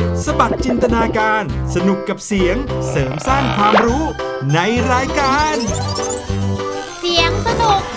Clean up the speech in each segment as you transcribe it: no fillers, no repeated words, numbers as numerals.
สบัดจินตนาการสนุกกับเสียงเสริมสร้างความรู้ในรายการเสียงสนุก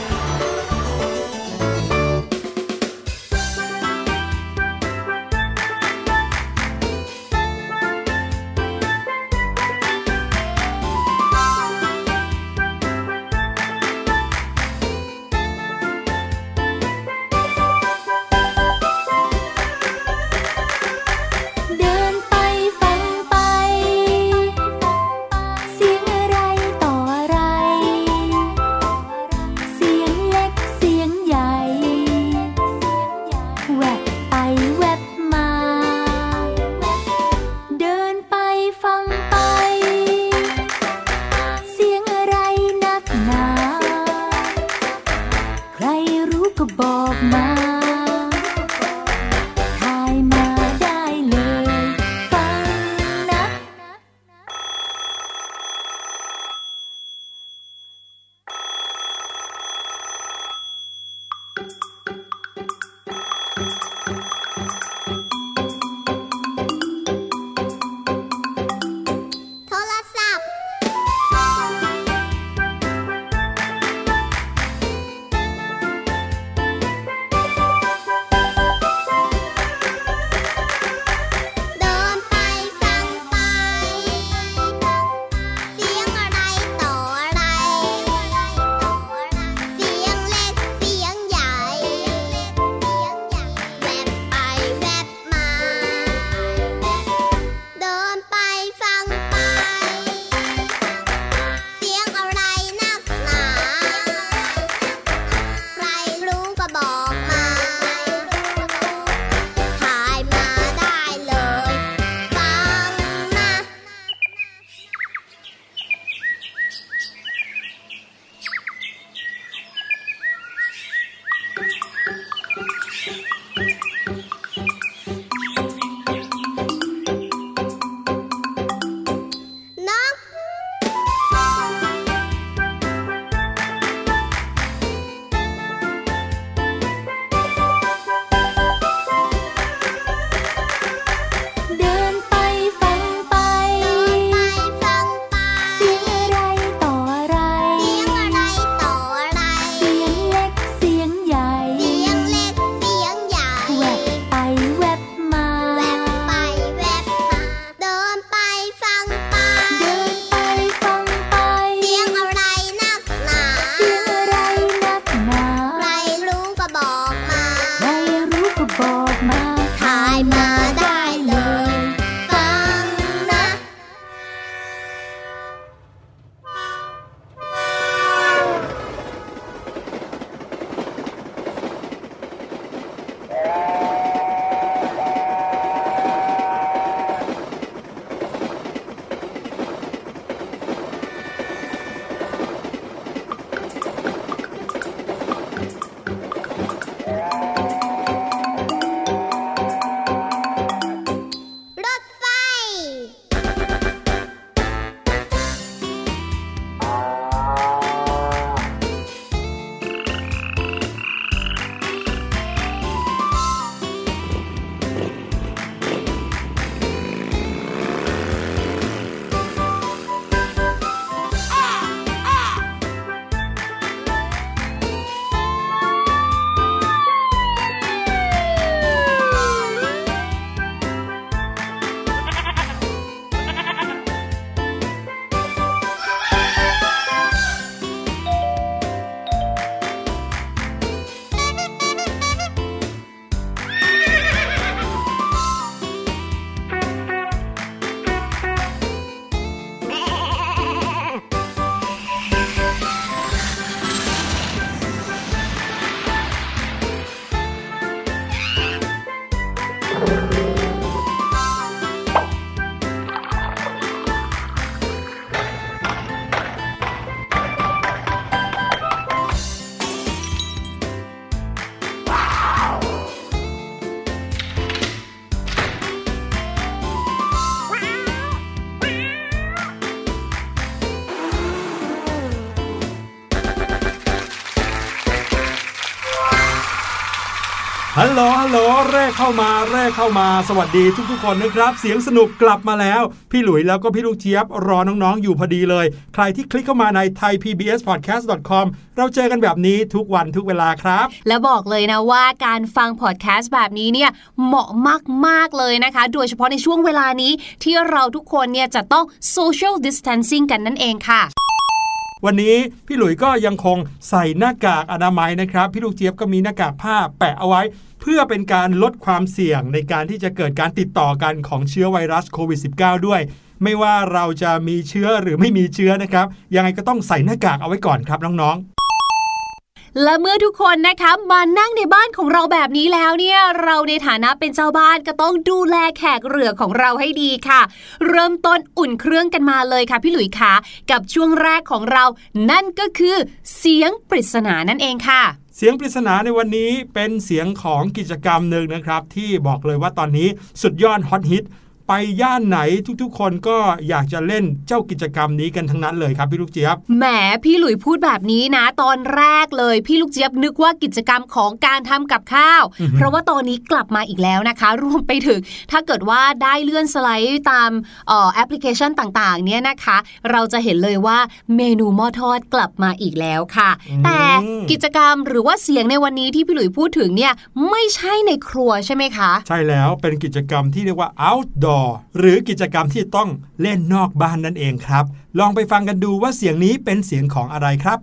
ฮัลโหลแรกเข้ามาสวัสดีทุกคนนะครับเสียงสนุกกลับมาแล้วพี่หลุยแล้วก็พี่ลูกเจี๊ยบรอน้องๆอยู่พอดีเลยใครที่คลิกเข้ามาใน thaipbspodcast.com เราเจอกันแบบนี้ทุกวันทุกเวลาครับและบอกเลยนะว่าการฟังพอดแคสต์แบบนี้เนี่ยเหมาะมากๆเลยนะคะโดยเฉพาะในช่วงเวลานี้ที่เราทุกคนเนี่ยจะต้อง social distancing กันนั่นเองค่ะวันนี้พี่หลุยก็ยังคงใส่หน้ากากอนามัยนะครับพี่ลูกเจี๊ยบก็มีหน้ากากผ้าแปะเอาไว้เพื่อเป็นการลดความเสี่ยงในการที่จะเกิดการติดต่อกันของเชื้อไวรัสโควิด -19 ด้วยไม่ว่าเราจะมีเชื้อหรือไม่มีเชื้อนะครับยังไงก็ต้องใส่หน้ากากเอาไว้ก่อนครับน้องๆและเมื่อทุกคนนะคะมานั่งในบ้านของเราแบบนี้แล้วเนี่ยเราในฐานะเป็นเจ้าบ้านก็ต้องดูแลแขกเรือของเราให้ดีค่ะเริ่มต้นอุ่นเครื่องกันมาเลยค่ะพี่หลุยคะกับช่วงแรกของเรานั่นก็คือเสียงปริศนานั่นเองค่ะเสียงปริศนาในวันนี้เป็นเสียงของกิจกรรมหนึ่งนะครับที่บอกเลยว่าตอนนี้สุดยอดฮอตฮิตไปย่านไหนทุกๆคนก็อยากจะเล่นเจ้ากิจกรรมนี้กันทั้งนั้นเลยครับพี่ลูกเจี๊ยบแหมพี่หลุยพูดแบบนี้นะตอนแรกเลยพี่ลูกเจี๊ยบนึกว่ากิจกรรมของการทำกับข้าวเพราะว่าตอนนี้กลับมาอีกแล้วนะคะรวมไปถึงถ้าเกิดว่าได้เลื่อนสไลด์ตามแอปพลิเคชันต่างๆเนี่ยนะคะเราจะเห็นเลยว่าเมนูหม้อทอดกลับมาอีกแล้วค่ะแต่กิจกรรมหรือว่าเสียงในวันนี้ที่พี่หลุยพูดถึงเนี่ยไม่ใช่ในครัวใช่ไหมคะใช่แล้วเป็นกิจกรรมที่เรียกว่า outdoorหรือกิจกรรมที่ต้องเล่นนอกบ้านนั่นเองครับลองไปฟังกันดูว่าเสียงนี้เป็นเสียงของอะไรครับ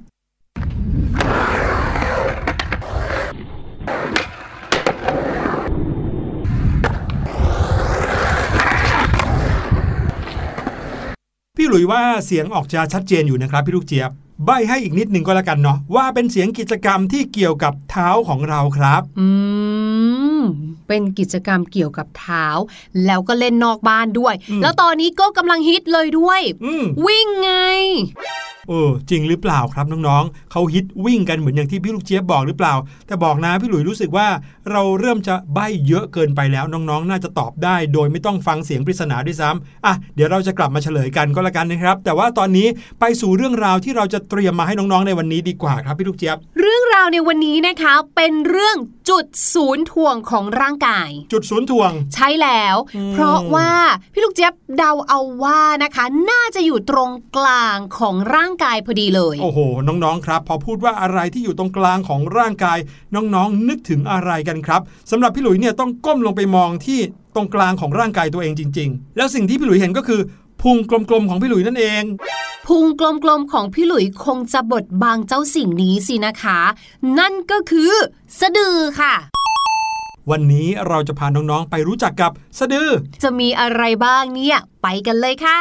พี่หลุยว่าเสียงออกจะชัดเจนอยู่นะครับพี่ลูกเจี๊ยบใบ้ให้อีกนิดนึงก็แล้วกันเนาะว่าเป็นเสียงกิจกรรมที่เกี่ยวกับเท้าของเราครับเป็นกิจกรรมเกี่ยวกับเท้าแล้วก็เล่นนอกบ้านด้วยแล้วตอนนี้ก็กำลังฮิตเลยด้วยวิ่งไงจริงหรือเปล่าครับน้องๆเขาฮิตวิ่งกันเหมือนอย่างที่พี่ลูกเจี๊ยบบอกหรือเปล่าแต่บอกนะพี่หลุยรู้สึกว่าเราเริ่มจะใบ้เยอะเกินไปแล้วน้องๆน่าจะตอบได้โดยไม่ต้องฟังเสียงปริศนาด้วยซ้ำเดี๋ยวเราจะกลับมาเฉลยกันก็แล้วกันนะครับแต่ว่าตอนนี้ไปสู่เรื่องราวที่เราจะเตรียมมาให้น้องๆในวันนี้ดีกว่าครับพี่ลูกเจี๊ยบเรื่องราวในวันนี้นะคะเป็นเรื่องจุดศูนย์ถ่วงของร่างกายจุดศูนย์ถ่วงใช่แล้วเพราะว่าพี่ลูกเจี๊ยบเดาเอาว่านะคะน่าจะอยู่ตรงกลางของร่างกายพอดีเลยโอ้โหน้องๆครับพอพูดว่าอะไรที่อยู่ตรงกลางของร่างกายน้องๆนึกถึงอะไรกันครับสำหรับพี่หลุยเนี่ยต้องก้มลงไปมองที่ตรงกลางของร่างกายตัวเองจริงๆแล้วสิ่งที่พี่หลุยเห็นก็คือพุงกลมๆของพี่หลุยนั่นเองพุงกลมๆของพี่หลุยคงจะบดบังเจ้าสิ่งนี้สินะคะนั่นก็คือสะดือค่ะวันนี้เราจะพาน้องๆไปรู้จักกับสะดือจะมีอะไรบ้างเนี่ยไปกันเลยค่ะ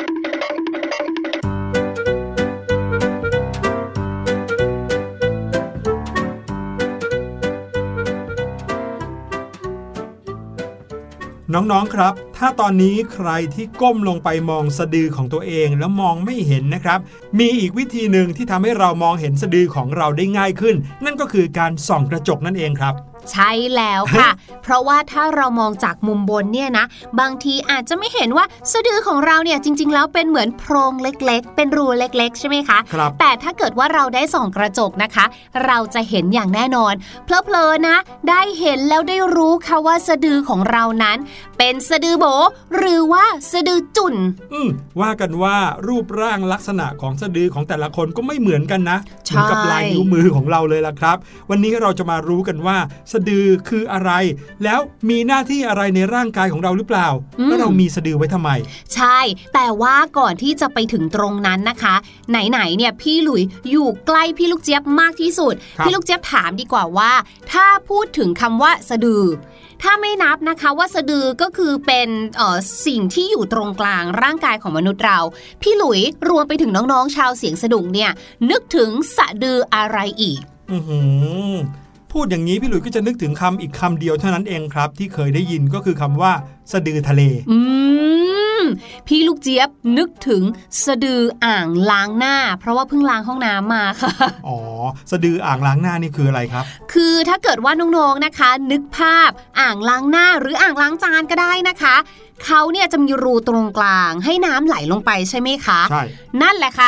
น้องๆครับถ้าตอนนี้ใครที่ก้มลงไปมองสะดือของตัวเองแล้วมองไม่เห็นนะครับมีอีกวิธีหนึ่งที่ทำให้เรามองเห็นสะดือของเราได้ง่ายขึ้นนั่นก็คือการส่องกระจกนั่นเองครับใช่แล้วค่ะ เพราะว่าถ้าเรามองจากมุมบนเนี่ยนะบางทีอาจจะไม่เห็นว่าสะดือของเราเนี่ยจริงๆแล้วเป็นเหมือนโพรงเล็กๆเป็นรูเล็กๆใช่ไหมคะครับแต่ถ้าเกิดว่าเราได้ส่องกระจกนะคะเราจะเห็นอย่างแน่นอนเพลอๆนะได้เห็นแล้วได้รู้ค่ะว่าสะดือของเรานั้นเป็นสะดือโบหรือว่าสะดือจุ่นว่ากันว่ารูปร่างลักษณะของสะดือของแต่ละคนก็ไม่เหมือนกันนะเหมือนกับลายนิ้วมือของเราเลยล่ะครับวันนี้เราจะมารู้กันว่าสะดือคืออะไรแล้วมีหน้าที่อะไรในร่างกายของเราหรือเปล่าแล้วเรามีสะดือไว้ทำไมใช่แต่ว่าก่อนที่จะไปถึงตรงนั้นนะคะไหนๆเนี่ยพี่หลุยอยู่ใกล้พี่ลูกเจี๊ยบมากที่สุดพี่ลูกเจี๊ยบถามดีกว่าว่าถ้าพูดถึงคำว่าสะดือถ้าไม่นับนะคะว่าสะดือก็คือเป็นสิ่งที่อยู่ตรงกลางร่างกายของมนุษย์เราพี่หลุยรวมไปถึงน้องๆชาวเสียงสะดุ้งเนี่ยนึกถึงสะดืออะไรอีกพูดอย่างนี้พี่หลุยก็จะนึกถึงคำอีกคำเดียวเท่านั้นเองครับที่เคยได้ยินก็คือคำว่าสะดือทะเลพี่ลูกเจี๊ยบนึกถึงสะดืออ่างล้างหน้าเพราะว่าเพิ่งล้างห้องน้ำมาค่ะอ๋อสะดืออ่างล้างหน้านี่คืออะไรครับคือถ้าเกิดว่าน้องๆนะคะนึกภาพอ่างล้างหน้าหรืออ่างล้างจานก็ได้นะคะเขาเนี่ยจะมีรูตรงกลางให้น้ำไหลลงไปใช่ไหมคะใช่นั่นแหละค่ะ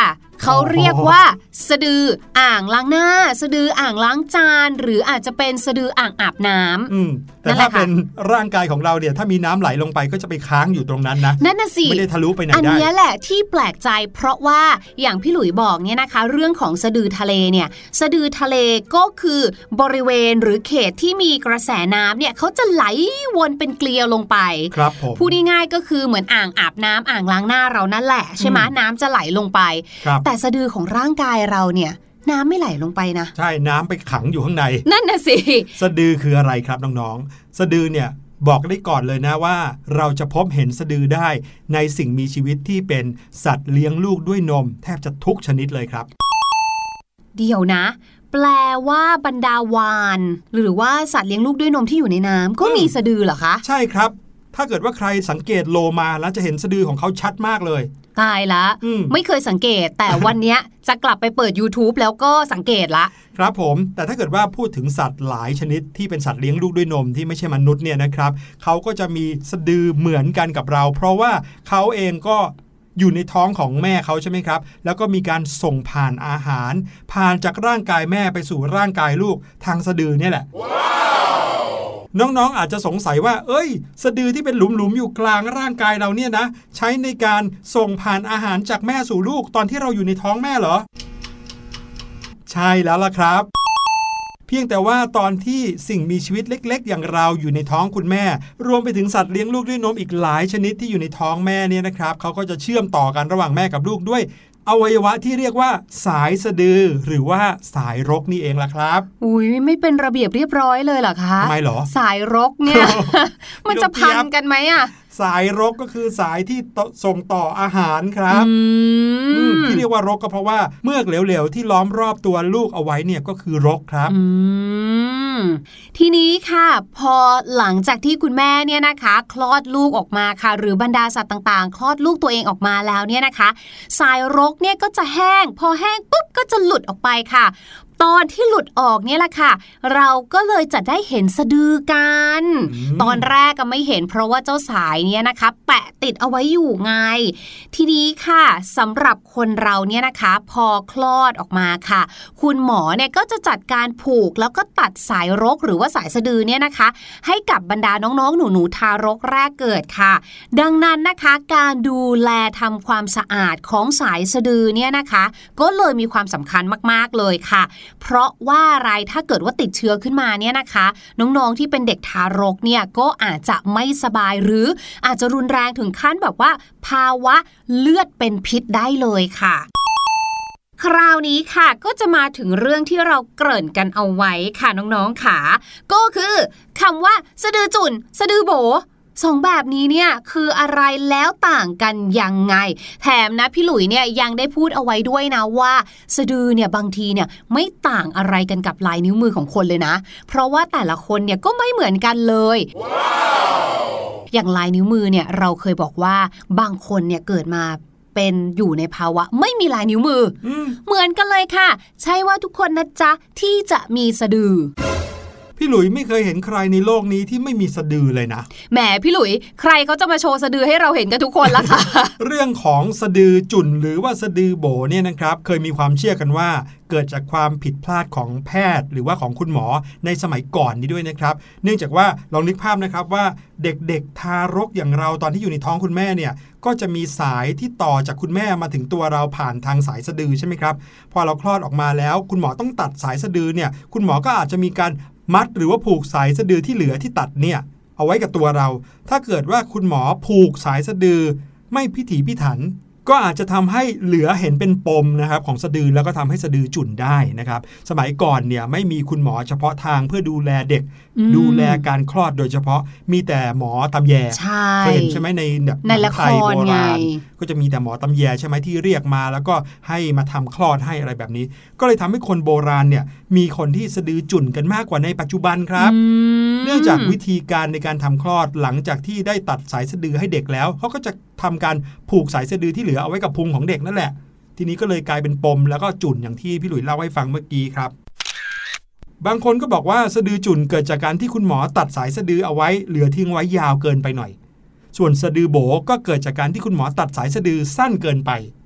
เขาเรียกว่าสะดืออ่างล้างหน้าสะดืออ่างล้างจานหรืออาจจะเป็นสะดืออ่างอาบน้ำแต่ถ้าเป็นร่างกายของเราเนี่ยถ้ามีน้ำไหลลงไปก็จะไปค้างอยู่ตรงนั้นนะนั่นน่ะสิไม่ได้ทะลุไปไหนได้อันนี้แหละที่แปลกใจเพราะว่าอย่างพี่หลุยบอกเนี่ยนะคะเรื่องของสะดือทะเลเนี่ยสะดือทะเลก็คือบริเวณหรือเขตที่มีกระแสน้ำเนี่ยเขาจะไหลวนเป็นเกลียวลงไปครับผมพูดง่ายๆก็คือเหมือนอ่างอาบน้ำอ่างล้างหน้าเรานั่นแหละใช่ไหมน้ำจะไหลลงไปแต่สะดือของร่างกายเราเนี่ยน้ำไม่ไหลลงไปนะใช่น้ำไปขังอยู่ข้างในนั่นน่ะสิสะดือคืออะไรครับน้องๆสะดือเนี่ยบอกได้ก่อนเลยนะว่าเราจะพบเห็นสะดือได้ในสิ่งมีชีวิตที่เป็นสัตว์เลี้ยงลูกด้วยนมแทบจะทุกชนิดเลยครับเดี๋ยวนะแปลว่าบรรดาวาฬหรือว่าสัตว์เลี้ยงลูกด้วยนมที่อยู่ในน้ำก็มีสะดือเหรอคะใช่ครับถ้าเกิดว่าใครสังเกตโลมาแล้วจะเห็นสะดือของเขาชัดมากเลยตายละไม่เคยสังเกตแต่วันนี้จะกลับไปเปิด YouTube แล้วก็สังเกตละครับผมแต่ถ้าเกิดว่าพูดถึงสัตว์หลายชนิดที่เป็นสัตว์เลี้ยงลูกด้วยนมที่ไม่ใช่มนุษย์เนี่ยนะครับเขาก็จะมีสะดือเหมือนกันกับเราเพราะว่าเขาเองก็อยู่ในท้องของแม่เขาใช่ไหมครับแล้วก็มีการส่งผ่านอาหารผ่านจากร่างกายแม่ไปสู่ร่างกายลูกทางสะดือเนี่ยแหละ น้องๆอาจจะสงสัยว่าสะดือที่เป็นหลุมๆอยู่กลางร่างกายเราเนี่ยนะใช้ในการส่งผ่านอาหารจากแม่สู่ลูกตอนที่เราอยู่ในท้องแม่เหรอใช่แล้วล่ะครับเพียงแต่ว่าตอนที่สิ่งมีชีวิตเล็กๆอย่างเราอยู่ในท้องคุณแม่รวมไปถึงสัตว์เลี้ยงลูกด้วยนมอีกหลายชนิดที่อยู่ในท้องแม่เนี่ยนะครับเขาก็จะเชื่อมต่อกันระหว่างแม่กับลูกด้วยอวัยวะที่เรียกว่าสายสะดือหรือว่าสายรกนี่เองล่ะครับอุ๊ยไม่เป็นระเบียบเรียบร้อยเลยเหรอคะทำไมหรอสายรกเนี่ย มันจะพันกันไหมอะสายรกก็คือสายที่ส่งต่ออาหารครับที่เรียกว่ารกก็เพราะว่าเมือกเหลวๆที่ล้อมรอบตัวลูกเอาไว้เนี่ยก็คือรกครับทีนี้ค่ะพอหลังจากที่คุณแม่เนี่ยนะคะคลอดลูกออกมาค่ะหรือบรรดาสัตว์ต่างๆคลอดลูกตัวเองออกมาแล้วเนี่ยนะคะสายรกเนี่ยก็จะแห้งพอแห้งปุ๊บก็จะหลุดออกไปค่ะตอนที่หลุดออกเนี่ยแหละค่ะเราก็เลยจะได้เห็นสะดือกันตอนแรกก็ไม่เห็นเพราะว่าเจ้าสายเนี่ยนะคะแปะติดเอาไว้อยู่ไงทีนี้ค่ะสำหรับคนเราเนี่ยนะคะพอคลอดออกมาค่ะคุณหมอเนี่ยก็จะจัดการผูกแล้วก็ตัดสายรกหรือว่าสายสะดือเนี่ยนะคะให้กับบรรดาน้องๆหนูๆทารกแรกเกิดค่ะดังนั้นนะคะการดูแลทำความสะอาดของสายสะดือเนี่ยนะคะก็เลยมีความสำคัญมากๆเลยค่ะเพราะว่าอะไรถ้าเกิดว่าติดเชื้อขึ้นมาเนี่ยนะคะน้องๆที่เป็นเด็กทารกเนี่ยก็อาจจะไม่สบายหรืออาจจะรุนแรงถึงขั้นแบบว่าภาวะเลือดเป็นพิษได้เลยค่ะคราวนี้ค่ะก็จะมาถึงเรื่องที่เราเกริ่นกันเอาไว้ค่ะน้องๆค่ะก็คือคำว่าสะดือจุ่นสะดือโบสองแบบนี้เนี่ยคืออะไรแล้วต่างกันยังไงแถมนะพี่หลุยเนี่ยยังได้พูดเอาไว้ด้วยนะว่าสะดือเนี่ยบางทีเนี่ยไม่ต่างอะไรกันกับลายนิ้วมือของคนเลยนะเพราะว่าแต่ละคนเนี่ยก็ไม่เหมือนกันเลย อย่างลายนิ้วมือเนี่ยเราเคยบอกว่าบางคนเนี่ยเกิดมาเป็นอยู่ในภาวะไม่มีลายนิ้วมือเหมือนกันเลยค่ะใช่ว่าทุกคนนะจ๊ะที่จะมีสะดือพี่หลุยไม่เคยเห็นใครในโลกนี้ที่ไม่มีสะดือเลยนะแหมพี่หลุยใครเขาจะมาโชว์สะดือให้เราเห็นกันทุกคนละค่ะเรื่องของสะดือจุ่นหรือว่าสะดือโบเนี่ยนะครับเคยมีความเชื่อกันว่าเกิดจากความผิดพลาดของแพทย์หรือว่าของคุณหมอในสมัยก่อนนี้ด้วยนะครับเนื่องจากว่าลองนึกภาพนะครับว่าเด็กๆทารกอย่างเราตอนที่อยู่ในท้องคุณแม่เนี่ยก็จะมีสายที่ต่อจากคุณแม่มาถึงตัวเราผ่านทางสายสะดือใช่ไหมครับพอเราคลอดออกมาแล้วคุณหมอต้องตัดสายสะดือเนี่ยคุณหมอก็อาจจะมีการมัดหรือว่าผูกสายสะดือที่เหลือที่ตัดเนี่ยเอาไว้กับตัวเราถ้าเกิดว่าคุณหมอผูกสายสะดือไม่พิถีพิถันก็อาจจะทำให้เหลือเห็นเป็นปมนะครับของสะดือแล้วก็ทำให้สะดือจุ่นได้นะครับสมัยก่อนเนี่ยไม่มีคุณหมอเฉพาะทางเพื่อดูแลเด็กดูแลการคลอดโดยเฉพาะมีแต่หมอตำแยเคยเห็นใช่ไหมในละครไงก็จะมีแต่หมอตำแยใช่ไหมที่เรียกมาแล้วก็ให้มาทำคลอดให้อะไรแบบนี้ก็เลยทำให้คนโบราณเนี่ยมีคนที่สะดือจุ่นกันมากกว่าในปัจจุบันครับเนื่องจากวิธีการในการทำคลอดหลังจากที่ได้ตัดสายสะดือให้เด็กแล้วเขาก็จะทำการผูกสายสะดือที่เหลือเอาไว้กับพุงของเด็กนั่นแหละทีนี้ก็เลยกลายเป็นปมแล้วก็จุ่นอย่างที่พี่หลุยเล่าให้ฟังเมื่อกี้ครับบางคนก็บอกว่าสะดือจุ่นเกิดจากการที่คุณหมอตัดสายสะดือเอาไว้เหลือทิ้งไว้ยาวเกินไปหน่อยส่วนสะดือโบก็เกิดจากการที่คุณหมอตัดสายสะดือสั้นเกินไป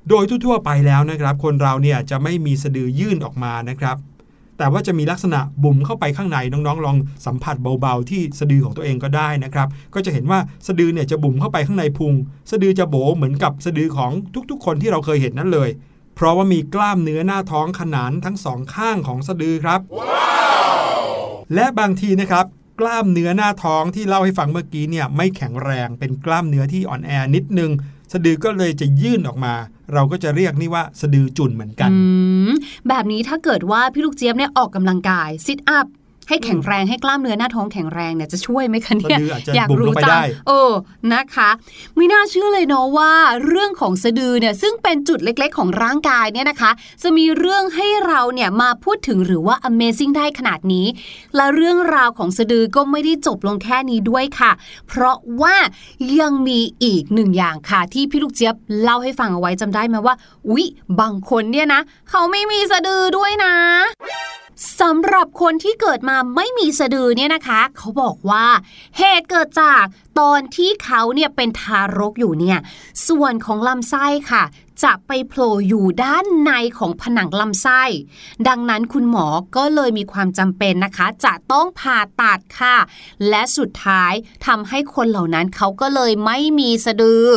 โดยทั่วๆไปแล้วนะครับคนเราเนี่ยจะไม่มีสะดือยื่นออกมานะครับแต่ว่าจะมีลักษณะบุ๋มเข้าไปข้างในน้องๆลองสัมผัสเบาๆที่สะดือของตัวเองก็ได้นะครับก็จะเห็นว่าสะดือเนี่ยจะบุ๋มเข้าไปข้างในพุงสะดือจะโบเหมือนกับสะดือของทุกๆคนที่เราเคยเห็นนั่นเลยเพราะว่ามีกล้ามเนื้อหน้าท้องขนานทั้งสองข้างของสะดือครับ wow! และบางทีนะครับกล้ามเนื้อหน้าท้องที่เล่าให้ฟังเมื่อกี้เนี่ยไม่แข็งแรงเป็นกล้ามเนื้อที่อ่อนแอนิดนึงสะดือก็เลยจะยื่นออกมาเราก็จะเรียกนี่ว่าสะดือจุ่นเหมือนกันแบบนี้ถ้าเกิดว่าพี่ลูกเจี๊ยบเนี่ยออกกำลังกายซิทอัพให้แข็งแรงให้กล้ามเนื้อหน้าท้องแข็งแรงเนี่ยจะช่วยไหมคะเนี่ยอยากรู้จังนะคะไม่น่าเชื่อเลยเนาะว่าเรื่องของสะดือเนี่ยซึ่งเป็นจุดเล็กๆของร่างกายเนี่ยนะคะจะมีเรื่องให้เราเนี่ยมาพูดถึงหรือว่า Amazing ได้ขนาดนี้และเรื่องราวของสะดือก็ไม่ได้จบลงแค่นี้ด้วยค่ะเพราะว่ายังมีอีกหนึ่งอย่างค่ะที่พี่ลูกเจี๊ยบเล่าให้ฟังเอาไว้จำได้ไหมว่าอุ๊ยบางคนเนี่ยนะเขาไม่มีสะดือด้วยนะสำหรับคนที่เกิดมาไม่มีสะดือเนี่ยนะคะเขาบอกว่าเหตุเกิดจากตอนที่เขาเนี่ยเป็นทารกอยู่เนี่ยส่วนของลำไส้ค่ะจะไปโผล่อยู่ด้านในของผนังลำไส้ดังนั้นคุณหมอก็เลยมีความจำเป็นนะคะจะต้องผ่าตัดค่ะและสุดท้ายทำให้คนเหล่านั้นเขาก็เลยไม่มีสะดือ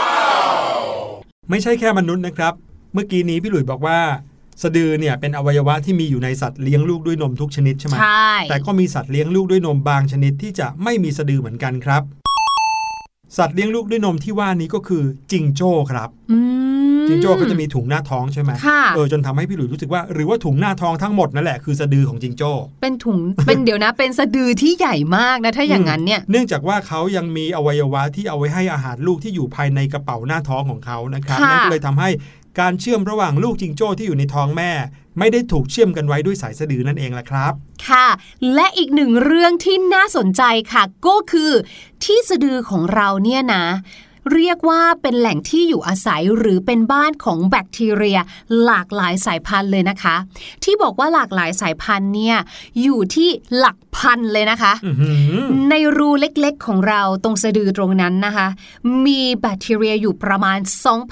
wow! ไม่ใช่แค่มนุษย์นะครับเมื่อกี้นี้พี่หลุยบอกว่าสะดือเนี่ยเป็นอวัยวะที่มีอยู่ในสัตว์เลี้ยงลูกด้วยนมทุกชนิดใช่ไหมใช่แต่ก็มีสัตว์เลี้ยงลูกด้วยนมบางชนิดที่จะไม่มีสะดือเหมือนกันครับสัตว์เลี้ยงลูกด้วยนมที่ว่านี้ก็คือจิงโจ้ครับจิงโจ้เขาจะมีถุงหน้าท้องใช่ไหมจนทำให้พี่หลุยรู้สึกว่าหรือว่าถุงหน้าท้องทั้งหมดนั่นแหละคือสะดือของจิงโจ้เป็นถุง เป็นเดี๋ยวนะเป็นสะดือที่ใหญ่มากนะถ้าอย่างนั้นเนี่ยเนื่องจากว่าเขายังมีอวัยวะที่เอาไว้ให้อาหารลูกที่อยู่ภายในกระเป๋าหน้าท้องของเขานะครับนั่นก็เลยทำให้การเชื่อมระหว่างลูกจิงโจ้ที่อยู่ในท้องแม่ไม่ได้ถูกเชื่อมกันไว้ด้วยสายสะดือนั่นเองล่ะครับค่ะและอีกหนึ่งเรื่องที่น่าสนใจค่ะก็คือที่สะดือของเราเนี่ยนะเรียกว่าเป็นแหล่งที่อยู่อาศัยหรือเป็นบ้านของแบคทีเรียหลากหลายสายพันธุ์เลยนะคะที่บอกว่าหลากหลายสายพันธุ์เนี่ยอยู่ที่หลักพันเลยนะคะในรูเล็กๆของเราตรงสะดือตรงนั้นนะคะมีแบคทีเรียอยู่ประมาณ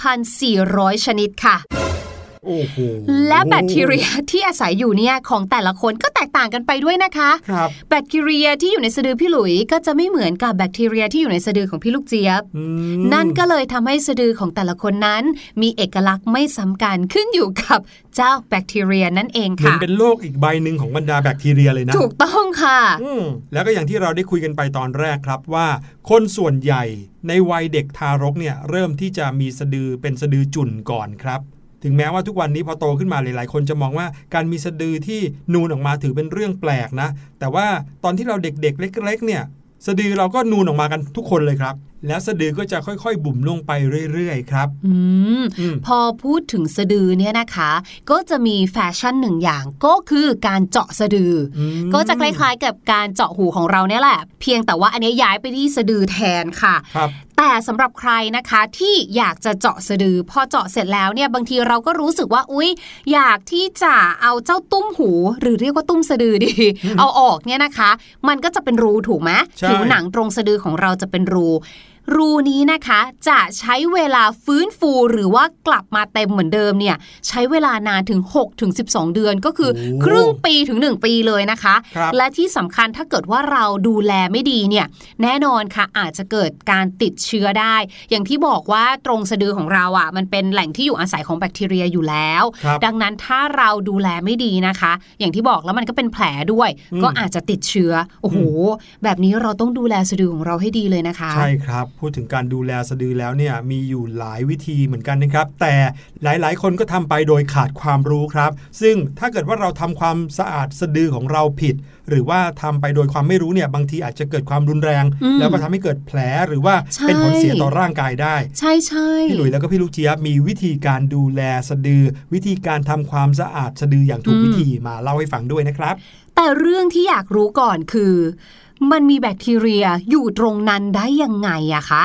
2,400 ชนิดค่ะและแบคทีเรียที่อาศัยอยู่เนี่ยของแต่ละคนก็แตกต่างกันไปด้วยนะคะแบคทีเรียที่อยู่ในสะดือพี่หลุยก็จะไม่เหมือนกับแบคทีเรียที่อยู่ในสะดือของพี่ลูกเจี๊ยบนั่นก็เลยทำให้สะดือของแต่ละคนนั้นมีเอกลักษณ์ไม่ซ้ำกันขึ้นอยู่กับเจ้าแบคทีเรียนั่นเองค่ะเป็นโลกอีกใบหนึ่งของบรรดาแบคทีเรียเลยนะถูกต้องค่ะแล้วก็อย่างที่เราได้คุยกันไปตอนแรกครับว่าคนส่วนใหญ่ในวัยเด็กทารกเนี่ยเริ่มที่จะมีสะดือเป็นสะดือจุ่นก่อนครับถึงแม้ว่าทุกวันนี้พอโตขึ้นมาหลายๆคนจะมองว่าการมีสะดือที่นูนออกมาถือเป็นเรื่องแปลกนะแต่ว่าตอนที่เราเด็กๆเล็กๆเนี่ยสะดือเราก็นูนออกมากันทุกคนเลยครับแล้วสะดือก็จะค่อยๆบุ๋มลงไปเรื่อยๆครับพอพูดถึงสะดือเนี่ยนะคะก็จะมีแฟชั่นหนึ่งอย่างก็คือการเจาะสะดือก็จะคล้ายๆกับการเจาะหูของเราเนี่ยแหละเพียงแต่ว่าอันนี้ย้ายไปที่สะดือแทนค่ะแต่สำหรับใครนะคะที่อยากจะเจาะสะดือพอเจาะเสร็จแล้วเนี่ยบางทีเราก็รู้สึกว่าอุ๊ยอยากที่จะเอาเจ้าตุ้มหูหรือเรียกว่าตุ้มสะดือดีเอาออกเนี่ยนะคะมันก็จะเป็นรูถูกไหมผิวหนังตรงสะดือของเราจะเป็นรูนี้นะคะจะใช้เวลาฟื้นฟูหรือว่ากลับมาเต็มเหมือนเดิมเนี่ยใช้เวลานานถึง 6-12 เดือนก็คือครึ่งปีถึง1ปีเลยนะคะและที่สำคัญถ้าเกิดว่าเราดูแลไม่ดีเนี่ยแน่นอนค่ะอาจจะเกิดการติดเชื้อได้อย่างที่บอกว่าตรงสะดือของเราอ่ะมันเป็นแหล่งที่อยู่อาศัยของแบคทีเรียอยู่แล้วดังนั้นถ้าเราดูแลไม่ดีนะคะอย่างที่บอกแล้วมันก็เป็นแผลด้วยก็อาจจะติดเชื้อโอ้โหแบบนี้เราต้องดูแลสะดือของเราให้ดีเลยนะคะใช่ครับพูดถึงการดูแลสะดือแล้วเนี่ยมีอยู่หลายวิธีเหมือนกันนะครับแต่หลายๆคนก็ทำไปโดยขาดความรู้ครับซึ่งถ้าเกิดว่าเราทำความสะอาดสะดือของเราผิดหรือว่าทำไปโดยความไม่รู้เนี่ยบางทีอาจจะเกิดความรุนแรงแล้วก็ทำให้เกิดแผลหรือว่าเป็นผลเสียต่อร่างกายได้ใช่ใช่พี่หลุยแล้วก็พี่ลูกเจี๊ยบมีวิธีการดูแลสะดือวิธีการทำความสะอาดสะดืออย่างถูกวิธีมาเล่าให้ฟังด้วยนะครับแต่เรื่องที่อยากรู้ก่อนคือมันมีแบคทีเรียอยู่ตรงนั้นได้ยังไงอะคะ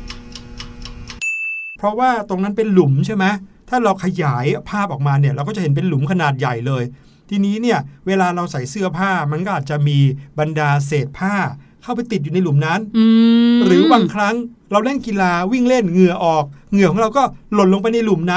เพราะว่าตรงนั้นเป็นหลุมใช่ไหมถ้าเราขยายภาพออกมาเนี่ยเราก็จะเห็นเป็นหลุมขนาดใหญ่เลยทีนี้เนี่ยเวลาเราใส่เสื้อผ้ามันก็อาจจะมีบรรดาเศษผ้าเข้าไปติดอยู่ในหลุมนั้นหรือบางครั้งเราเล่นกีฬาวิ่งเล่นเหงื่อออกเหงื่อของเราก็หล่นลงไปในหลุมนั้น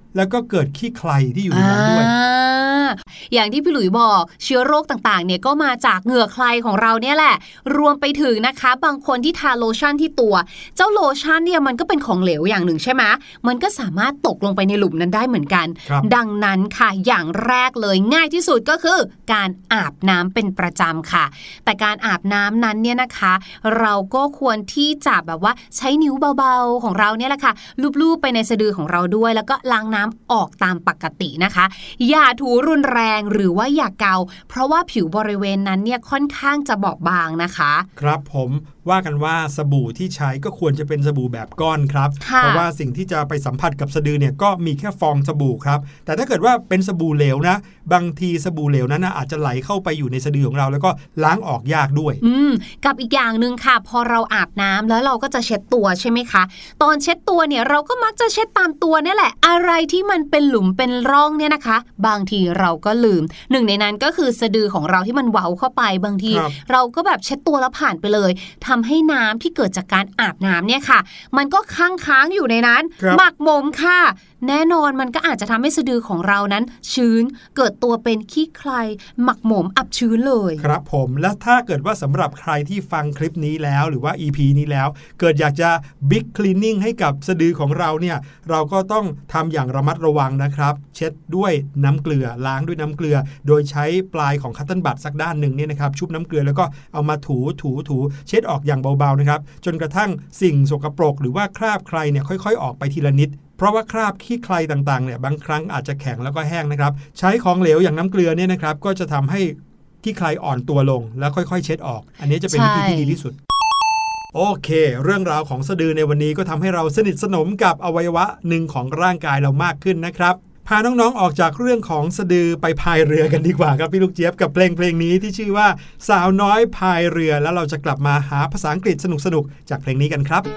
แล้วก็เกิดขี้ใครที่อยู่ในนั้นด้วยอย่างที่พี่หลุยบอกเชื้อโรคต่างๆเนี่ยก็มาจากเหงื่อใครของเราเนี่ยแหละรวมไปถึงนะคะบางคนที่ทาโลชั่นที่ตัวเจ้าโลชั่นเนี่ยมันก็เป็นของเหลวอย่างหนึ่งใช่ไหมมันก็สามารถตกลงไปในหลุมนั้นได้เหมือนกันดังนั้นค่ะอย่างแรกเลยง่ายที่สุดก็คือการอาบน้ำเป็นประจำค่ะแต่การอาบน้ำนั้นเนี่ยนะคะเราก็ควรที่จะแบบว่าใช้นิ้วเบาๆของเราเนี่ยแหละค่ะลูบๆไปในสะดือของเราด้วยแล้วก็ล้างน้ำออกตามปกตินะคะอย่าถูรุนแรงหรือว่าอย่าเกาเพราะว่าผิวบริเวณนั้นเนี่ยค่อนข้างจะบอบบางนะคะครับผมว่ากันว่าสบู่ที่ใช้ก็ควรจะเป็นสบู่แบบก้อนครับเพราะว่าสิ่งที่จะไปสัมผัสกับสะดือเนี่ยก็มีแค่ฟองสบู่ครับแต่ถ้าเกิดว่าเป็นสบู่เหลวนะบางทีสบู่เหลวนั้นอาจจะไหลเข้าไปอยู่ในสะดือของเราแล้วก็ล้างออกยากด้วยกับอีกอย่างนึงค่ะพอเราอาบน้ำแล้วเราก็จะเช็ดตัวใช่ไหมคะตอนเช็ดตัวเนี่ยเราก็มักจะเช็ดตามตัวนี่แหละอะไรที่มันเป็นหลุมเป็นร่องเนี่ยนะคะบางทีเราก็ลืมหนึ่งในนั้นก็คือสะดือของเราที่มันเว้าเข้าไปบางทีเราก็แบบเช็ดตัวแล้วผ่านไปเลยทำให้น้ำที่เกิดจากการอาบน้ำเนี่ยค่ะมันก็ค้างอยู่ในนั้นหมักหมมค่ะแน่นอนมันก็อาจจะทำให้สะดือของเรานั้นชื้นเกิดตัวเป็นขี้ใครหมักหมมอับชื้นเลยครับผมและถ้าเกิดว่าสำหรับใครที่ฟังคลิปนี้แล้วหรือว่า EP นี้แล้วเกิดอยากจะบิ๊กคลีนนิ่งให้กับสะดือของเราเนี่ยเราก็ต้องทำอย่างระมัดระวังนะครับเช็ดด้วยน้ำเกลือล้างด้วยน้ำเกลือโดยใช้ปลายของคัตเติ้ลบัตสักด้านหนึ่งเนี่ยนะครับชุบน้ำเกลือแล้วก็เอามาถูเช็ดออกอย่างเบาๆนะครับจนกระทั่งสิ่งสกปรกหรือว่าคราบใครเนี่ยค่อยๆออกไปทีละนิดเพราะว่าคราบขี้ใครต่างๆเนี่ยบางครั้งอาจจะแข็งแล้วก็แห้งนะครับใช้ของเหลวอย่างน้ำเกลือเนี่ยนะครับก็จะทำให้ขี้ใครอ่อนตัวลงแล้วค่อยๆเช็ดออกอันนี้จะเป็นวิธีที่ดีที่สุดโอเคเรื่องราวของสะดือในวันนี้ก็ทำให้เราสนิทสนมกับอวัยวะหนึ่งของร่างกายเรามากขึ้นนะครับพาน้องๆออกจากเรื่องของสะดือไปพายเรือกันดีกว่าครับพี่ลูกเจี๊ยบกับเพลงนี้ที่ชื่อว่าสาวน้อยพายเรือแล้วเราจะกลับมาหาภาษาอังกฤษสนุกๆจากเพลงนี้กันครับ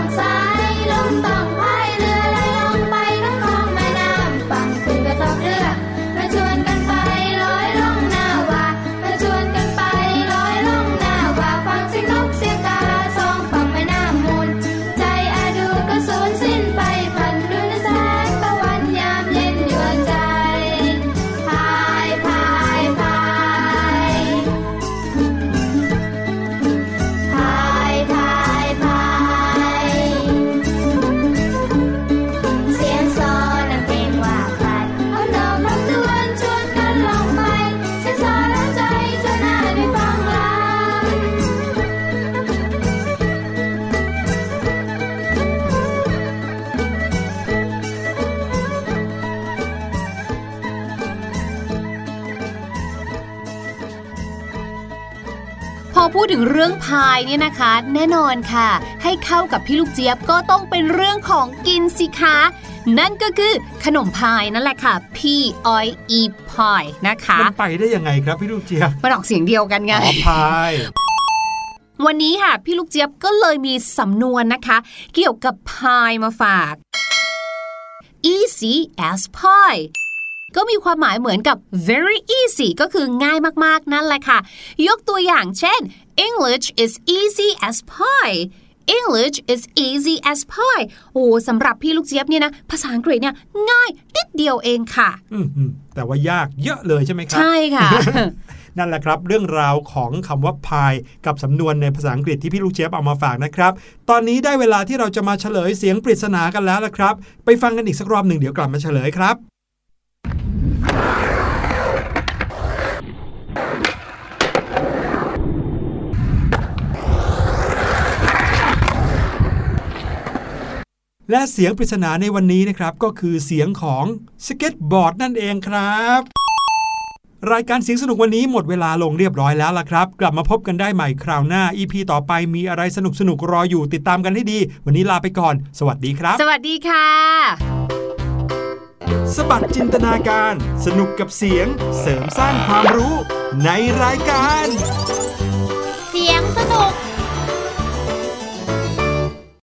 เรือดถึงเรื่องพายเนี่ยนะคะแน่นอนค่ะให้เข้ากับพี่ลูกเจี๊ยบก็ต้องเป็นเรื่องของกินสิคะนั่นก็คือขนมพายนั่นแหละค่ะ P-I-E พายนะคะมันไปได้ยังไงครับพี่ลูกเจี๊ยบมันออกเสียงเดียวกันไงพายวันนี้ค่ะพี่ลูกเจี๊ยบก็เลยมีสำนวนนะคะเกี่ยวกับพายมาฝาก easy as pie ก็มีความหมายเหมือนกับ very easy ก็คือง่ายมากๆนั่นแหละค่ะยกตัวอย่างเช่น English is easy as pie English is easy as pie โอ้สำหรับพี่ลูกเจี๊ยบเนี่ยนะภาษาอังกฤษเนี่ยง่ายนิดเดียวเองค่ะแต่ว่ายากเยอะเลยใช่ไหมครับใช่ค่ะนั่นแหละครับเรื่องราวของคำว่าพายกับสำนวนในภาษาอังกฤษที่พี่ลูกเจี๊ยบเอามาฝากนะครับตอนนี้ได้เวลาที่เราจะมาเฉลยเสียงปริศนากันแล้วล่ะครับไปฟังกันอีกสักรอบหนึ่งเดี๋ยวกลับมาเฉลยครับและเสียงปริศนาในวันนี้นะครับก็คือเสียงของสเก็ตบอร์ดนั่นเองครับรายการเสียงสนุกวันนี้หมดเวลาลงเรียบร้อยแล้วล่ะครับกลับมาพบกันได้ใหม่คราวหน้า EP ต่อไปมีอะไรสนุกรออยู่ติดตามกันให้ดีวันนี้ลาไปก่อนสวัสดีครับสวัสดีค่ะสบัดจินตนาการสนุกกับเสียงเสริมสร้างความรู้ในรายการ